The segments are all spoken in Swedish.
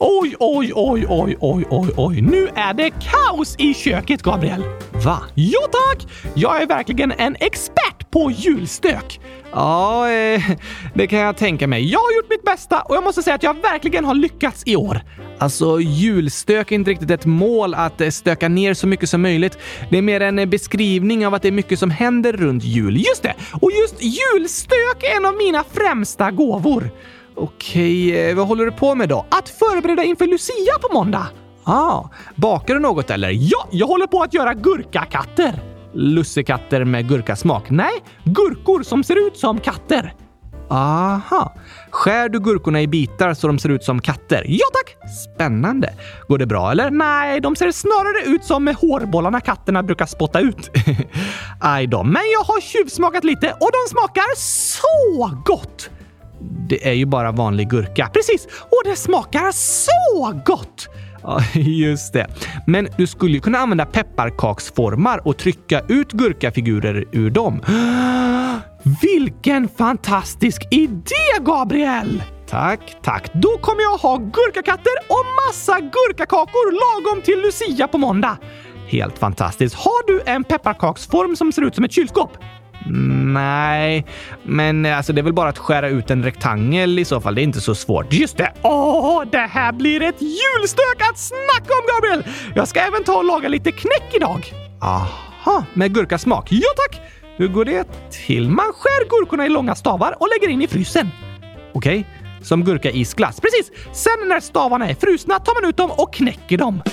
Oj, oj, oj, oj, oj, oj, oj. Nu är det kaos i köket, Gabriel. Va? Ja, tack! Jag är verkligen en expert på julstök. Ja, det kan jag tänka mig. Jag har gjort mitt bästa och jag måste säga att jag verkligen har lyckats i år. Alltså, julstök är inte riktigt ett mål att stöka ner så mycket som möjligt. Det är mer en beskrivning av att det är mycket som händer runt jul. Just det! Och just julstök är en av mina främsta gåvor. Okej, vad håller du på med då? Att förbereda inför Lucia på måndag. Bakar du något eller? Ja, jag håller på att göra gurkakatter. Lussekatter med gurkasmak? Nej, gurkor som ser ut som katter. Aha. Skär du gurkorna i bitar så de ser ut som katter? Ja tack! Spännande. Går det bra eller? Nej, de ser snarare ut som hårbollarna katterna brukar spotta ut. Aj då, men jag har tjuvsmakat lite och de smakar så gott! Det är ju bara vanlig gurka. Precis, och det smakar så gott! Ja, just det. Men du skulle ju kunna använda pepparkaksformar och trycka ut gurkafigurer ur dem. Vilken fantastisk idé, Gabriel! Tack. Då kommer jag ha gurkakatter och massa gurkakakor lagom till Lucia på måndag. Helt fantastiskt. Har du en pepparkaksform som ser ut som ett kylskåp? Nej, men alltså det är väl bara att skära ut en rektangel i så fall. Det är inte så svårt. Just det. Det här blir ett julstök att snacka om, Gabriel. Jag ska även ta och laga lite knäck idag. Aha, med gurkasmak. Ja tack. Hur går det till? Man skär gurkorna i långa stavar och lägger in i frysen. Okej, som gurkaisglass. Precis. Sen när stavarna är frusna tar man ut dem och knäcker dem.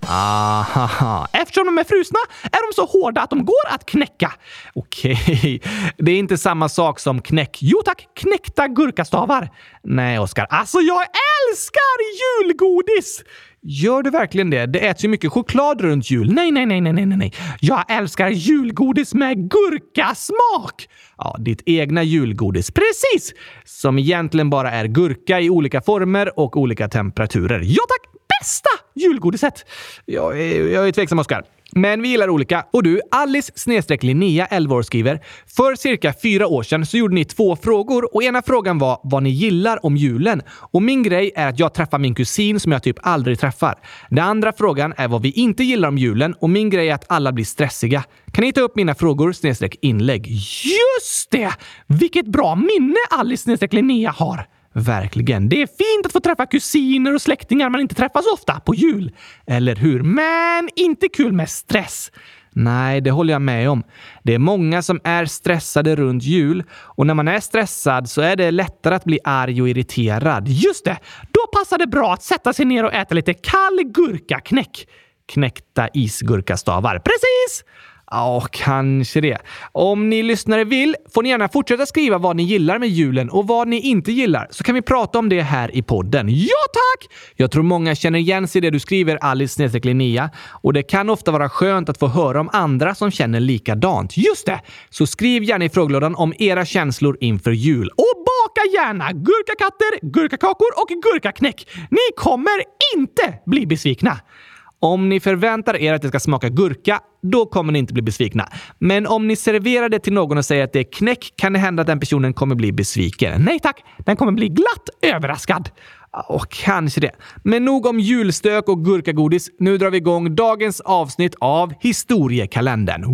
Aha. Eftersom de är frusna är de så hårda att de går att knäcka. Okej, det är inte samma sak som knäck. Jo tack, knäckta gurkastavar. Nej, Oskar. Alltså, jag älskar julgodis! Gör du verkligen det? Det äts ju mycket choklad runt jul. Nej. Jag älskar julgodis med gurkasmak. Ja, ditt egna julgodis. Precis! Som egentligen bara är gurka i olika former och olika temperaturer. Ja tack! Bästa julgodiset! Jag är tveksam, Oskar. Men vi gillar olika. Och du, Alice-Linnea 11 år skriver: för cirka 4 år sedan så gjorde ni 2 frågor och ena frågan var vad ni gillar om julen. Och min grej är att jag träffar min kusin som jag typ aldrig träffar. Den andra frågan är vad vi inte gillar om julen och min grej är att alla blir stressiga. Kan ni ta upp mina frågor /inlägg? Just det! Vilket bra minne Alice-Linnea har. Verkligen. Det är fint att få träffa kusiner och släktingar man inte träffar så ofta på jul. Eller hur? Men inte kul med stress. Nej, det håller jag med om. Det är många som är stressade runt jul. Och när man är stressad så är det lättare att bli arg och irriterad. Just det! Då passar det bra att sätta sig ner och äta lite kall gurkaknäck. Knäckta isgurkastavar. Precis! Ja, kanske det. Om ni lyssnare vill får ni gärna fortsätta skriva vad ni gillar med julen och vad ni inte gillar, så kan vi prata om det här i podden. Ja tack! Jag tror många känner igen sig i det du skriver, Alice-Linnea, och det kan ofta vara skönt att få höra om andra som känner likadant. Just det! Så skriv gärna i frågelådan om era känslor inför jul. Och baka gärna gurkakatter, gurkakakor och gurkaknäck. Ni kommer inte bli besvikna. Om ni förväntar er att det ska smaka gurka, då kommer ni inte bli besvikna. Men om ni serverar det till någon och säger att det är knäck, kan det hända att den personen kommer bli besviken. Nej tack, den kommer bli glatt överraskad. Och kanske det. Men nog om julstök och gurkagodis. Nu drar vi igång dagens avsnitt av Historiekalendern.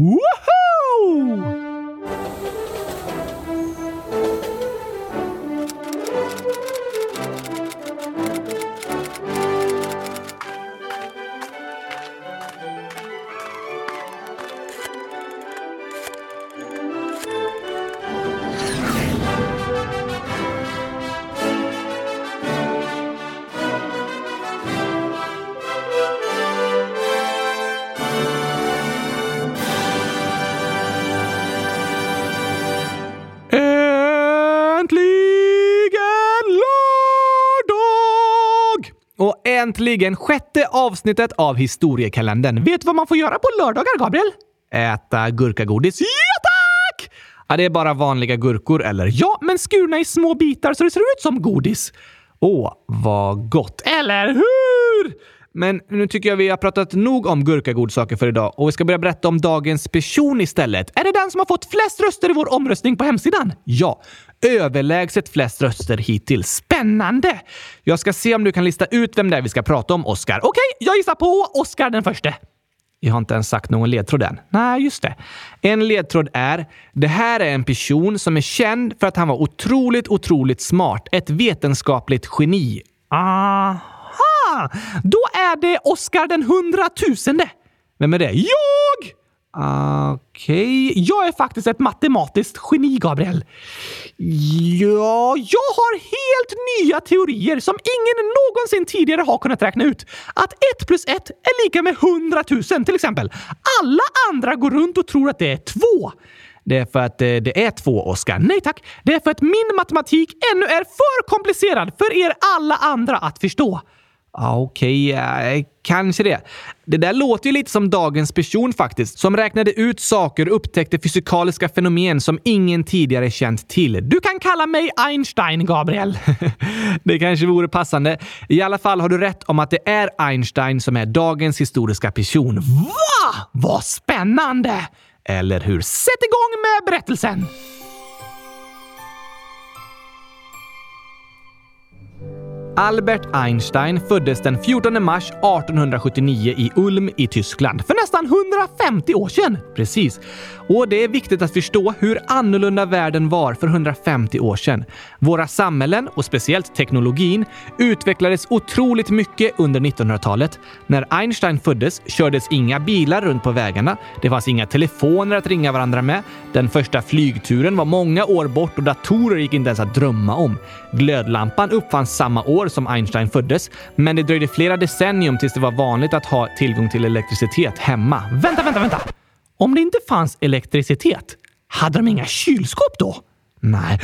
Woho! Och äntligen 6:e avsnittet av Historiekalendern. Vet du vad man får göra på lördagar, Gabriel? Äta gurkagodis. Ja, tack! Ja, det är bara vanliga gurkor, eller? Ja, men skurna i små bitar så det ser ut som godis. Åh, vad gott. Eller hur? Men nu tycker jag vi har pratat nog om gurkagodsaker för idag och vi ska börja berätta om dagens person istället. Är det den som har fått flest röster i vår omröstning på hemsidan? Ja, överlägset flest röster hittills. spännande! Jag ska se om du kan lista ut vem det är vi ska prata om, Oscar. Okej, jag gissar på Oscar den förste. Jag har inte ens sagt någon ledtråd än. Nej, just det. En ledtråd är: det här är en person som är känd för att han var otroligt smart. Ett vetenskapligt geni. Aha! Då är det Oscar den 100,000. Vem är det? Jag! Okej. Jag är faktiskt ett matematiskt geni, Gabriel. Ja, jag har helt nya teorier som ingen någonsin tidigare har kunnat räkna ut. Att 1 plus 1 är lika med 100,000 till exempel. Alla andra går runt och tror att det är 2. Det är för att det är 2, Oscar. Nej tack, det är för att min matematik ännu är för komplicerad för er alla andra att förstå. Okej, kanske det. Det där låter ju lite som dagens person faktiskt, som räknade ut saker och upptäckte fysikaliska fenomen som ingen tidigare känt till. Du kan kalla mig Einstein, Gabriel. Det kanske vore passande. I alla fall har du rätt om att det är Einstein som är dagens historiska person. Va? Vad spännande! Eller hur? Sätt igång med berättelsen! Albert Einstein föddes den 14 mars 1879 i Ulm i Tyskland för nästan 150 år sedan. Precis. Och det är viktigt att förstå hur annorlunda världen var för 150 år sedan. Våra samhällen och speciellt teknologin utvecklades otroligt mycket under 1900-talet. När Einstein föddes kördes inga bilar runt på vägarna. Det fanns inga telefoner att ringa varandra med. Den första flygturen var många år bort och datorer gick inte ens att drömma om. Glödlampan uppfanns samma år som Einstein föddes, men det dröjde flera decennium tills det var vanligt att ha tillgång till elektricitet hemma. Vänta! Om det inte fanns elektricitet, hade de inga kylskåp då? Nej.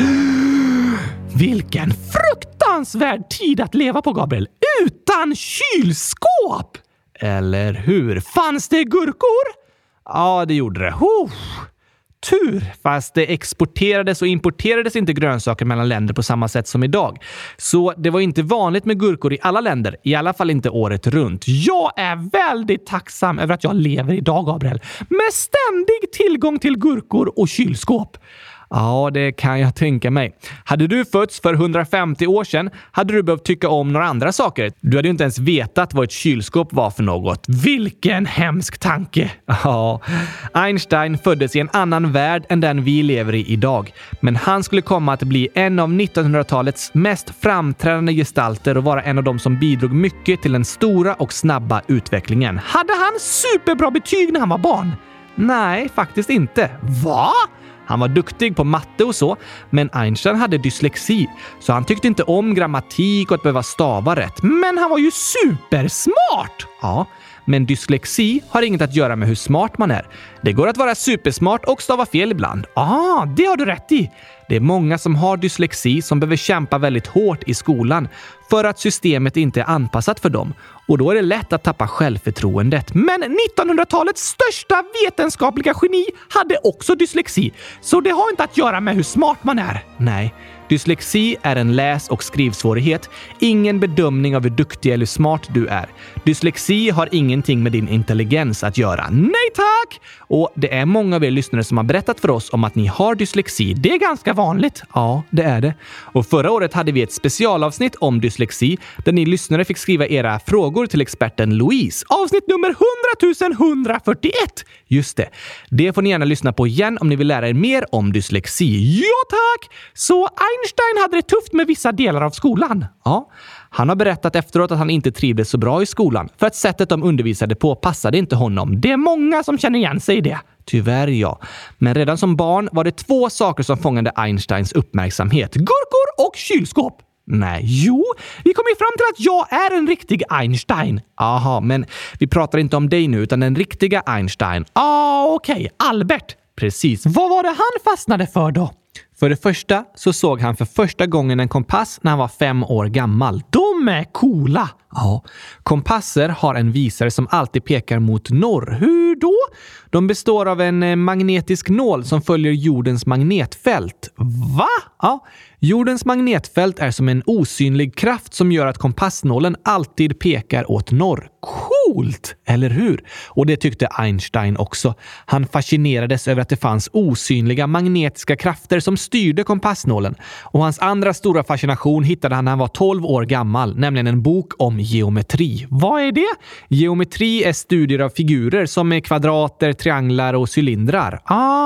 Vilken fruktansvärd tid att leva på, Gabriel. Utan kylskåp! Eller hur? Fanns det gurkor? Ja, det gjorde det. Tur, fast det exporterades och importerades inte grönsaker mellan länder på samma sätt som idag. Så det var inte vanligt med gurkor i alla länder, i alla fall inte året runt. Jag är väldigt tacksam över att jag lever idag, Gabriel, med ständig tillgång till gurkor och kylskåp. Ja, det kan jag tänka mig. Hade du fötts för 150 år sedan hade du behövt tycka om några andra saker. Du hade ju inte ens vetat vad ett kylskåp var för något. Vilken hemsk tanke! Ja, Einstein föddes i en annan värld än den vi lever i idag. Men han skulle komma att bli en av 1900-talets mest framträdande gestalter och vara en av dem som bidrog mycket till den stora och snabba utvecklingen. Hade han superbra betyg när han var barn? Nej, faktiskt inte. Va? Han var duktig på matte och så, men Einstein hade dyslexi, så han tyckte inte om grammatik och att behöva stava rätt. Men han var ju supersmart! Ja, men dyslexi har inget att göra med hur smart man är. Det går att vara supersmart och stava fel ibland. Det har du rätt i. Det är många som har dyslexi som behöver kämpa väldigt hårt i skolan för att systemet inte är anpassat för dem. Och då är det lätt att tappa självförtroendet. Men 1900-talets största vetenskapliga geni hade också dyslexi. Så det har inte att göra med hur smart man är. Nej, dyslexi är en läs- och skrivsvårighet. Ingen bedömning av hur duktig eller smart du är. Dyslexi har ingenting med din intelligens att göra. Nej tack! Och det är många av er lyssnare som har berättat för oss om att ni har dyslexi. Det är ganska vanligt. Ja, det är det. Och förra året hade vi ett specialavsnitt om dyslexi där ni lyssnare fick skriva era frågor till experten Louise. Avsnitt nummer 100.141. Just det. Det får ni gärna lyssna på igen om ni vill lära er mer om dyslexi. Ja tack! Så Einstein hade det tufft med vissa delar av skolan. Ja, han har berättat efteråt att han inte trivdes så bra i skolan för att sättet de undervisade på passade inte honom. Det är många som känner igen sig i det. Tyvärr ja. Men redan som barn var det 2 saker som fångade Einsteins uppmärksamhet. Gurkor och kylskåp. Nej, jo. Vi kom ju fram till att jag är en riktig Einstein. Aha, men vi pratar inte om dig nu utan den riktiga Einstein. Okej. Albert. Precis. Vad var det han fastnade för då? För det första så såg han för första gången en kompass när han var 5 år gammal. De är coola! Ja, kompasser har en visare som alltid pekar mot norr. Hur då? De består av en magnetisk nål som följer jordens magnetfält. Va? Ja, jordens magnetfält är som en osynlig kraft som gör att kompassnålen alltid pekar åt norr. Cool! Coolt, eller hur? Och det tyckte Einstein också. Han fascinerades över att det fanns osynliga magnetiska krafter som styrde kompassnålen. Och hans andra stora fascination hittade han när han var 12 år gammal, nämligen en bok om geometri. Vad är det? Geometri är studier av figurer som är kvadrater, trianglar och cylindrar.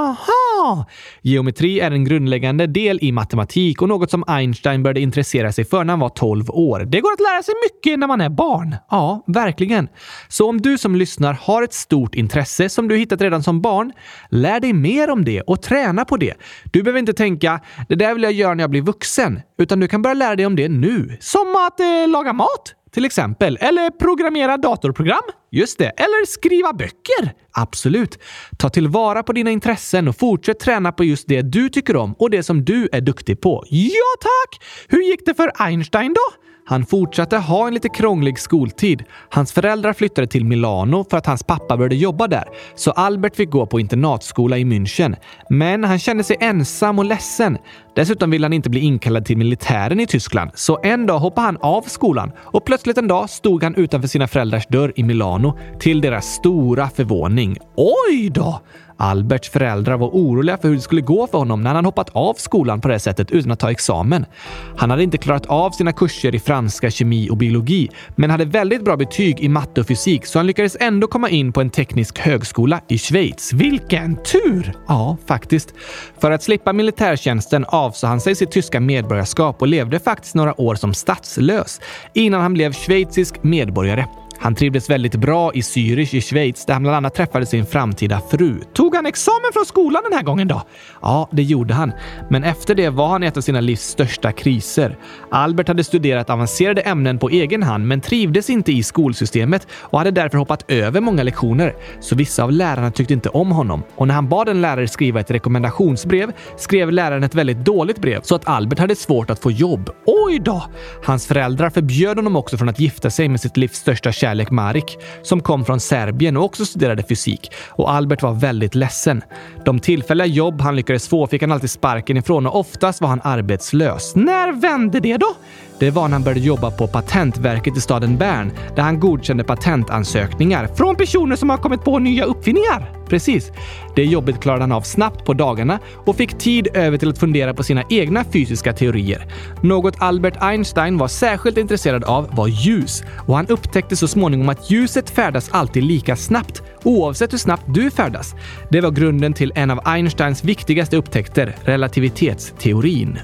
Aha! Geometri är en grundläggande del i matematik och något som Einstein började intressera sig för när han var 12 år. Det går att lära sig mycket när man är barn. Ja, verkligen. Så om du som lyssnar har ett stort intresse som du hittat redan som barn, lär dig mer om det och träna på det. Du behöver inte tänka, det där vill jag göra när jag blir vuxen, utan du kan börja lära dig om det nu. Som att laga mat, till exempel. Eller programmera datorprogram. Just det. Eller skriva böcker. Absolut. Ta tillvara på dina intressen och fortsätt träna på just det du tycker om och det som du är duktig på. Ja, tack! Hur gick det för Einstein då? Han fortsatte ha en lite krånglig skoltid. Hans föräldrar flyttade till Milano för att hans pappa började jobba där. Så Albert fick gå på internatskola i München. Men han kände sig ensam och ledsen. Dessutom ville han inte bli inkallad till militären i Tyskland. Så en dag hoppade han av skolan. Och plötsligt en dag stod han utanför sina föräldrars dörr i Milano till deras stora förvåning. Oj då! Alberts föräldrar var oroliga för hur det skulle gå för honom när han hoppat av skolan på det sättet utan att ta examen. Han hade inte klarat av sina kurser i franska, kemi och biologi, men hade väldigt bra betyg i matte och fysik, så han lyckades ändå komma in på en teknisk högskola i Schweiz. Vilken tur! Ja, faktiskt. För att slippa militärtjänsten avsade han sig sitt tyska medborgarskap och levde faktiskt några år som statslös innan han blev schweizisk medborgare. Han trivdes väldigt bra i Zürich i Schweiz där han bland annat träffade sin framtida fru. Tog han examen från skolan den här gången då? Ja, det gjorde han. Men efter det var han i ett av sina livs största kriser. Albert hade studerat avancerade ämnen på egen hand men trivdes inte i skolsystemet och hade därför hoppat över många lektioner. Så vissa av lärarna tyckte inte om honom. Och när han bad en lärare skriva ett rekommendationsbrev skrev läraren ett väldigt dåligt brev så att Albert hade svårt att få jobb. Oj då! Hans föräldrar förbjöd honom också från att gifta sig med sitt livs största kärlek Marek, som kom från Serbien och också studerade fysik. Och Albert var väldigt ledsen. De tillfälliga jobb han lyckades få fick han alltid sparken ifrån och oftast var han arbetslös. När vände det då? Det var när han började jobba på Patentverket i staden Bern där han godkände patentansökningar från personer som har kommit på nya uppfinningar. Precis. Det jobbet klarade han av snabbt på dagarna och fick tid över till att fundera på sina egna fysiska teorier. Något Albert Einstein var särskilt intresserad av var ljus och han upptäckte så småningom att ljuset färdas alltid lika snabbt oavsett hur snabbt du färdas. Det var grunden till en av Einsteins viktigaste upptäckter, relativitetsteorin.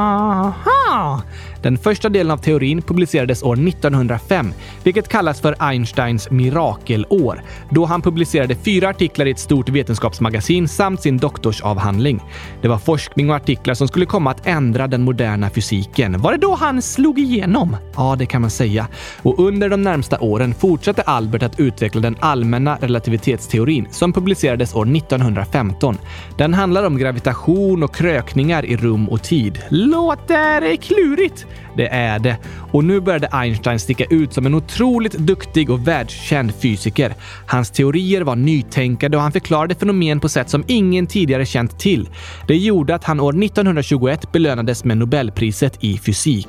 Aha! Den första delen av teorin publicerades år 1905, vilket kallas för Einsteins mirakelår, då han publicerade 4 artiklar i ett stort vetenskapsmagasin samt sin doktorsavhandling. Det var forskning och artiklar som skulle komma att ändra den moderna fysiken. Var det då han slog igenom? Ja, det kan man säga. Och under de närmsta åren fortsatte Albert att utveckla den allmänna relativitetsteorin som publicerades år 1915. Den handlar om gravitation och krökningar i rum och tid. Låter klurigt. Det är det. Och nu började Einstein sticka ut som en otroligt duktig och världskänd fysiker. Hans teorier var nytänkande och han förklarade fenomen på sätt som ingen tidigare känt till. Det gjorde att han år 1921 belönades med Nobelpriset i fysik.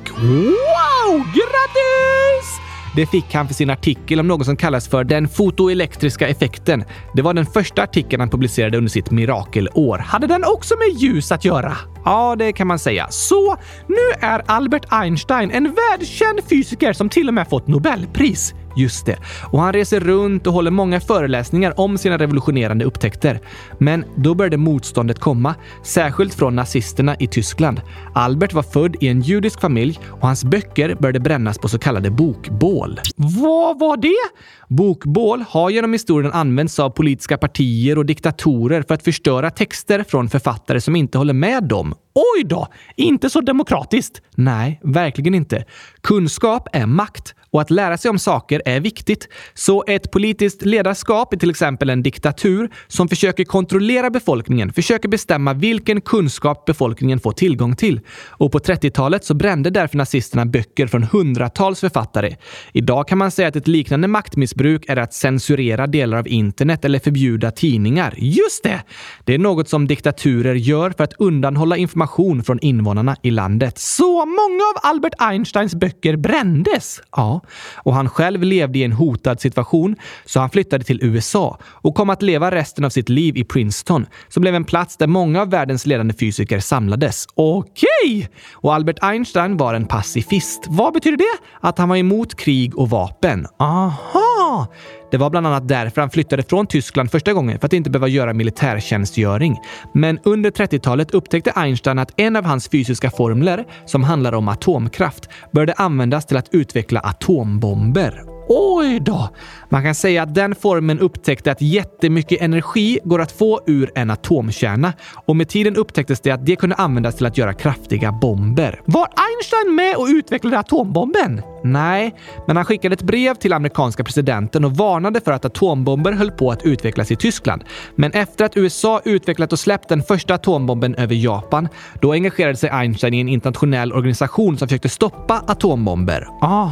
Wow! Grattis! Det fick han för sin artikel om något som kallas för den fotoelektriska effekten. Det var den första artikeln han publicerade under sitt mirakelår. Hade den också med ljus att göra? Ja, det kan man säga. Så nu är Albert Einstein en världskänd fysiker som till och med fått Nobelpris. Just det. Och han reser runt och håller många föreläsningar om sina revolutionerande upptäckter. Men då började motståndet komma, särskilt från nazisterna i Tyskland. Albert var född i en judisk familj och hans böcker började brännas på så kallade bokbål. Vad var det? Bokbål har genom historien använts av politiska partier och diktatorer för att förstöra texter från författare som inte håller med dem. Oj då! Inte så demokratiskt. Nej, verkligen inte. Kunskap är makt och att lära sig om saker är viktigt. Så ett politiskt ledarskap är till exempel en diktatur som försöker kontrollera befolkningen, försöker bestämma vilken kunskap befolkningen får tillgång till. Och på 30-talet så brände därför nazisterna böcker från hundratals författare. Idag kan man säga att ett liknande maktmissbruk är att censurera delar av internet eller förbjuda tidningar. Just det! Det är något som diktaturer gör för att undanhålla information från invånarna i landet. Så många av Albert Einsteins böcker brändes? Ja, Och han själv levde i en hotad situation, så han flyttade till USA och kom att leva resten av sitt liv i Princeton, som blev en plats där många av världens ledande fysiker samlades. Okej! Och Albert Einstein var en pacifist. Vad betyder det? Att han var emot krig och vapen. Aha! Det var bland annat därför han flyttade från Tyskland första gången, för att inte behöva göra militärtjänstgöring. Men under 30-talet upptäckte Einstein att en av hans fysiska formler, som handlar om atomkraft, började användas till att utveckla atombomber. Oj då! Man kan säga att den formen upptäckte att jättemycket energi går att få ur en atomkärna, och med tiden upptäcktes det att det kunde användas till att göra kraftiga bomber. Var Einstein med och utvecklade atombomben? Nej, men han skickade ett brev till amerikanska presidenten och varnade för att atombomber höll på att utvecklas i Tyskland. Men efter att USA utvecklat och släppt den första atombomben över Japan, då engagerade sig Einstein i en internationell organisation som försökte stoppa atombomber.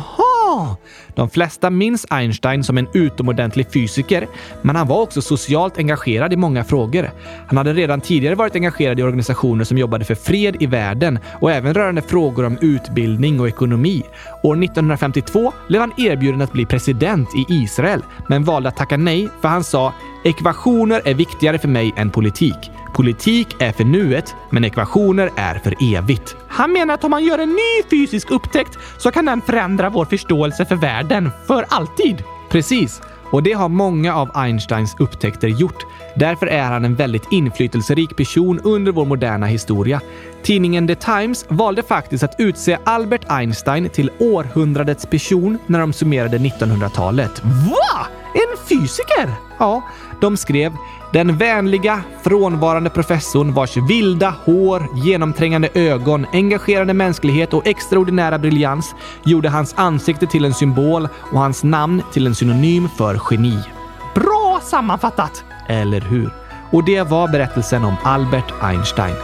Aha! De flesta minns Einstein som en utomordentlig fysiker, men han var också socialt engagerad i många frågor. Han hade redan tidigare varit engagerad i organisationer som jobbade för fred i världen och även rörande frågor om utbildning och ekonomi. År 1952 blev han erbjuden att bli president i Israel, men valde att tacka nej, för han sa: ekvationer är viktigare för mig än politik. Politik är för nuet, men ekvationer är för evigt. Han menar att om man gör en ny fysisk upptäckt så kan den förändra vår förståelse för världen för alltid. Precis, och det har många av Einsteins upptäckter gjort. Därför är han en väldigt inflytelserik person under vår moderna historia. Tidningen The Times valde faktiskt att utse Albert Einstein till århundradets person när de summerade 1900-talet. Va? En fysiker? Ja, de skrev: den vänliga, frånvarande professorn vars vilda hår, genomträngande ögon, engagerande mänsklighet och extraordinära briljans gjorde hans ansikte till en symbol och hans namn till en synonym för geni. Bra sammanfattat! Eller hur? Och det var berättelsen om Albert Einstein.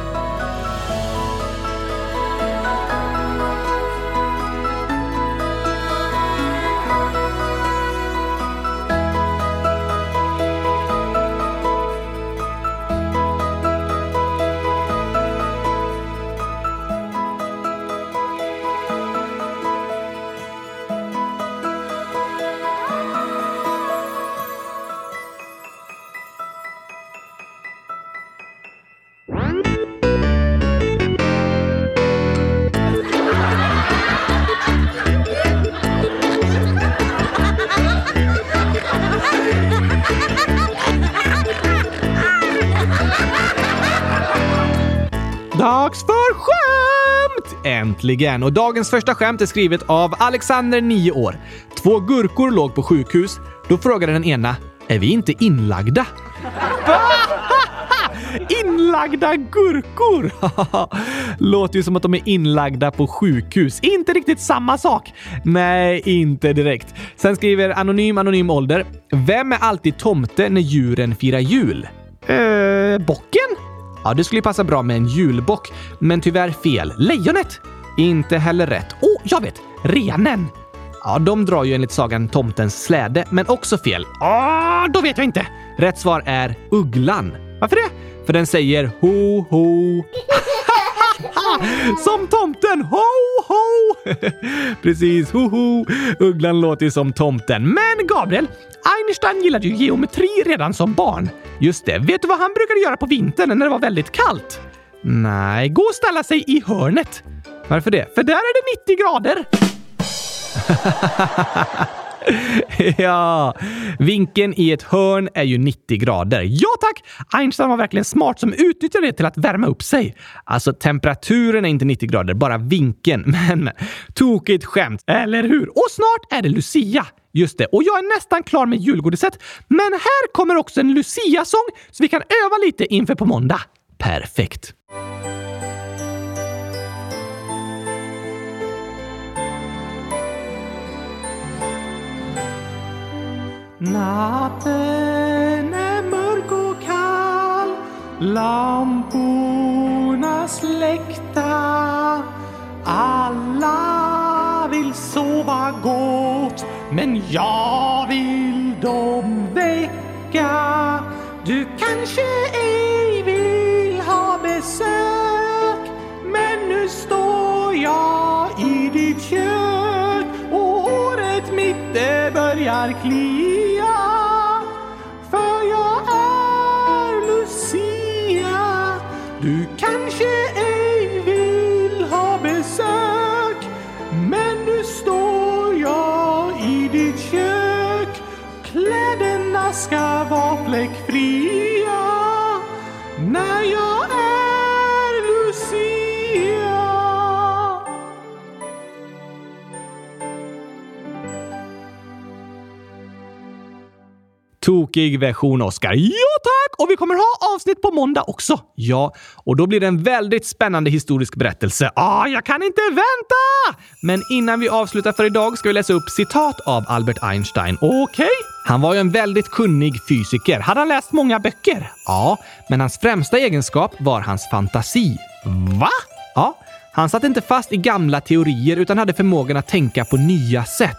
Dags för skämt! Äntligen! Och dagens första skämt är skrivet av Alexander, 9 år. 2 gurkor låg på sjukhus. Då frågade den ena: är vi inte inlagda? Inlagda gurkor! Låter ju som att de är inlagda på sjukhus. Inte riktigt samma sak. Nej, inte direkt. Sen skriver anonym ålder: vem är alltid tomte när djuren firar jul? Bocken? Ja, det skulle passa bra med en julbock, men tyvärr fel. Lejonet? Inte heller rätt. Jag vet. Renen? Ja, de drar ju enligt sagan tomtens släde, men också fel. Då vet jag inte. Rätt svar är ugglan. Varför det? För den säger ho, ho. Som tomten, ho, ho. Precis, ho, ho. Ugglan låter ju som tomten. Men Gabriel, Einstein gillade ju geometri redan som barn. Just det, vet du vad han brukade göra på vintern när det var väldigt kallt? Nej, gå och ställa sig i hörnet. Varför det? För där är det 90 grader. Ja, vinkeln i ett hörn är ju 90 grader. Ja tack, Einstein var verkligen smart som utnyttjade det till att värma upp sig. Alltså temperaturen är inte 90 grader, bara vinkeln. Men tokigt skämt, eller hur? Och snart är det Lucia. Just det, och jag är nästan klar med julgodiset. Men här kommer också en Lucia-sång så vi kan öva lite inför på måndag. Perfekt. Natten är mörk och kall, lamporna släckta. Alla vill sova gott, men jag vill dem väcka. Du kanske ej vill ha besök, men nu står jag i ditt kök och det börjar klia, för jag är Lucia. Du kanske ej vill ha besök, men nu står jag i ditt kök. Kläderna ska vara fläckfria när jag är Lucia. Tokig version, Oscar. Ja tack! Och vi kommer ha avsnitt på måndag också. Ja, och då blir det en väldigt spännande historisk berättelse. Jag kan inte vänta! Men innan vi avslutar för idag ska vi läsa upp citat av Albert Einstein. Okej? Han var ju en väldigt kunnig fysiker. Hade han läst många böcker? Ja, men hans främsta egenskap var hans fantasi. Va? Ja. Han satt inte fast i gamla teorier utan hade förmågan att tänka på nya sätt.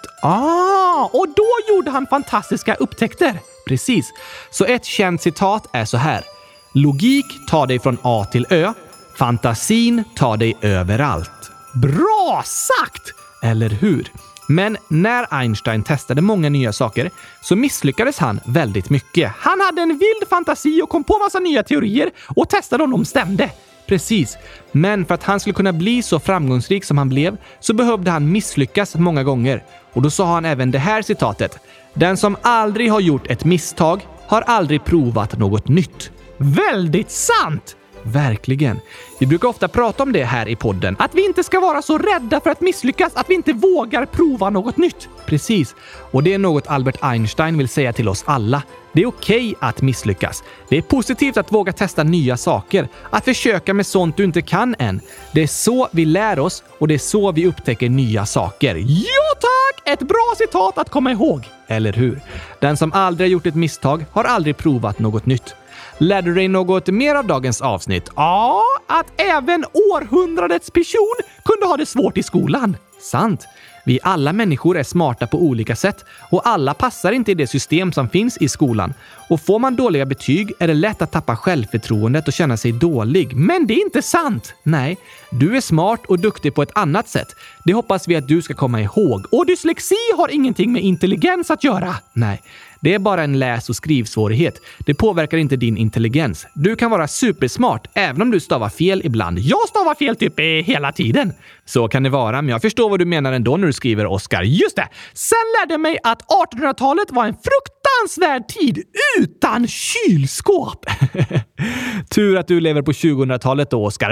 Och då gjorde han fantastiska upptäckter. Precis. Så ett känt citat är så här. Logik tar dig från A till Ö. Fantasin tar dig överallt. Bra sagt! Eller hur? Men när Einstein testade många nya saker så misslyckades han väldigt mycket. Han hade en vild fantasi och kom på massa nya teorier och testade om de stämde. Precis. Men för att han skulle kunna bli så framgångsrik som han blev så behövde han misslyckas många gånger. Och då sa han även det här citatet. Den som aldrig har gjort ett misstag har aldrig provat något nytt. Väldigt sant! Verkligen. Vi brukar ofta prata om det här i podden. Att vi inte ska vara så rädda för att misslyckas att vi inte vågar prova något nytt. Precis. Och det är något Albert Einstein vill säga till oss alla. Det är okej att misslyckas. Det är positivt att våga testa nya saker. Att försöka med sånt du inte kan än. Det är så vi lär oss och det är så vi upptäcker nya saker. Ja tack! Ett bra citat att komma ihåg. Eller hur? Den som aldrig har gjort ett misstag har aldrig provat något nytt. Lärde du dig något mer av dagens avsnitt? Ja, att även århundradets person kunde ha det svårt i skolan. Sant. Vi alla människor är smarta på olika sätt och alla passar inte i det system som finns i skolan. Och får man dåliga betyg är det lätt att tappa självförtroendet och känna sig dålig. Men det är inte sant. Nej, du är smart och duktig på ett annat sätt. Det hoppas vi att du ska komma ihåg. Och dyslexi har ingenting med intelligens att göra. Nej. Det är bara en läs- och skrivsvårighet. Det påverkar inte din intelligens. Du kan vara supersmart även om du stavar fel ibland. Jag stavar fel typ hela tiden. Så kan det vara, men jag förstår vad du menar ändå när du skriver Oscar. Just det! Sen lärde jag mig att 1800-talet var en fruktansvärd tid utan kylskåp. Tur att du lever på 2000-talet då, Oscar.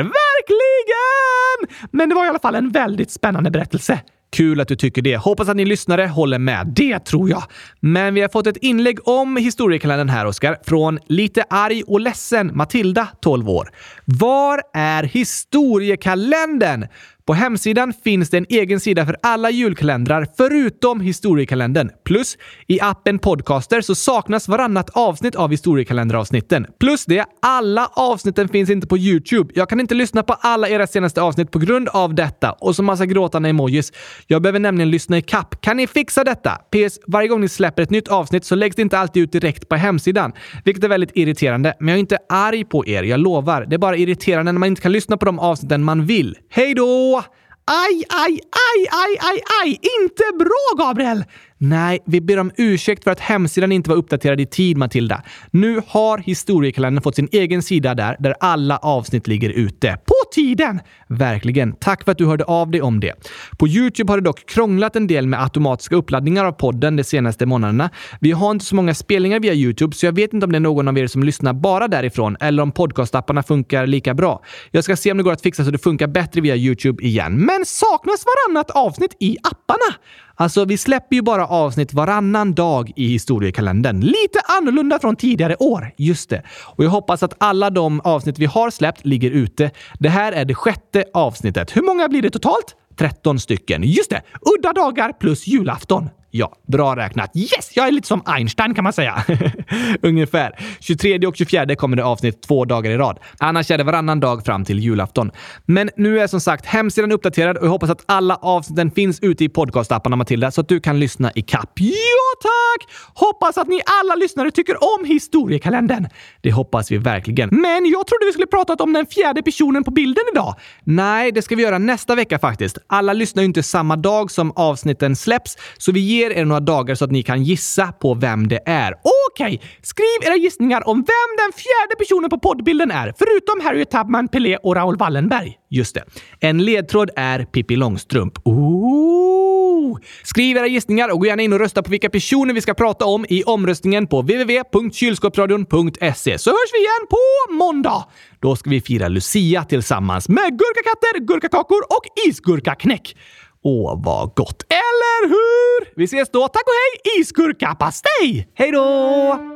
Verkligen! Men det var i alla fall en väldigt spännande berättelse. Kul att du tycker det. Hoppas att ni lyssnare håller med. Det tror jag. Men vi har fått ett inlägg om historiekalendern här, Oscar. Från lite arg och ledsen Matilda, 12 år. Var är historiekalendern? På hemsidan finns det en egen sida för alla julkalendrar förutom historiekalendern. Plus, i appen Podcaster så saknas varannat avsnitt av historiekalenderavsnitten. Plus det, alla avsnitten finns inte på YouTube. Jag kan inte lyssna på alla era senaste avsnitt på grund av detta. Och så massa gråtande emojis. Jag behöver nämligen lyssna i kapp. Kan ni fixa detta? PS, varje gång ni släpper ett nytt avsnitt så läggs det inte alltid ut direkt på hemsidan. Vilket är väldigt irriterande. Men jag är inte arg på er, jag lovar. Det är bara irriterande när man inte kan lyssna på de avsnitten man vill. Hej då! Aj! Inte bra, Gabriel! Nej, vi ber om ursäkt för att hemsidan inte var uppdaterad i tid, Matilda. Nu har historiekalendern fått sin egen sida där alla avsnitt ligger ute. På tiden! Verkligen. Tack för att du hörde av dig om det. På YouTube har det dock krånglat en del med automatiska uppladdningar av podden de senaste månaderna. Vi har inte så många spelningar via YouTube så jag vet inte om det är någon av er som lyssnar bara därifrån eller om podcastapparna funkar lika bra. Jag ska se om det går att fixa så det funkar bättre via YouTube igen. Men saknas varannat avsnitt i apparna? Alltså, vi släpper ju bara avsnitt varannan dag i historiekalendern. Lite annorlunda från tidigare år. Just det. Och jag hoppas att alla de avsnitt vi har släppt ligger ute. Det här är det 6:e avsnittet. Hur många blir det totalt? 13 stycken. Just det. Udda dagar plus julafton. Ja, bra räknat. Yes, jag är lite som Einstein kan man säga. Ungefär. 23 och 24 kommer det avsnitt 2 dagar i rad. Annars är det varannan dag fram till julafton. Men nu är som sagt hemsidan uppdaterad och jag hoppas att alla avsnitten finns ute i podcastapparna, Matilda, så att du kan lyssna i kapp. Ja, tack! Hoppas att ni alla lyssnare tycker om historiekalendern. Det hoppas vi verkligen. Men jag trodde vi skulle prata om den 4:e personen på bilden idag. Nej, det ska vi göra nästa vecka faktiskt. Alla lyssnar ju inte samma dag som avsnitten släpps, så vi ger ger er några dagar så att ni kan gissa på vem det är. Okej, skriv era gissningar om vem den fjärde personen på poddbilden är, förutom Harriet Tubman, Pelé och Raoul Wallenberg. Just det. En ledtråd är Pippi Långstrump. Skriv era gissningar och gå gärna in och rösta på vilka personer vi ska prata om i omröstningen på www.kylskåpsradion.se. Så hörs vi igen på måndag. Då ska vi fira Lucia tillsammans med gurkakatter, gurkakakor och isgurkaknäck. Åh, vad gott. Eller hur? Vi ses då. Tack och hej, isgurkapastej! Hej då!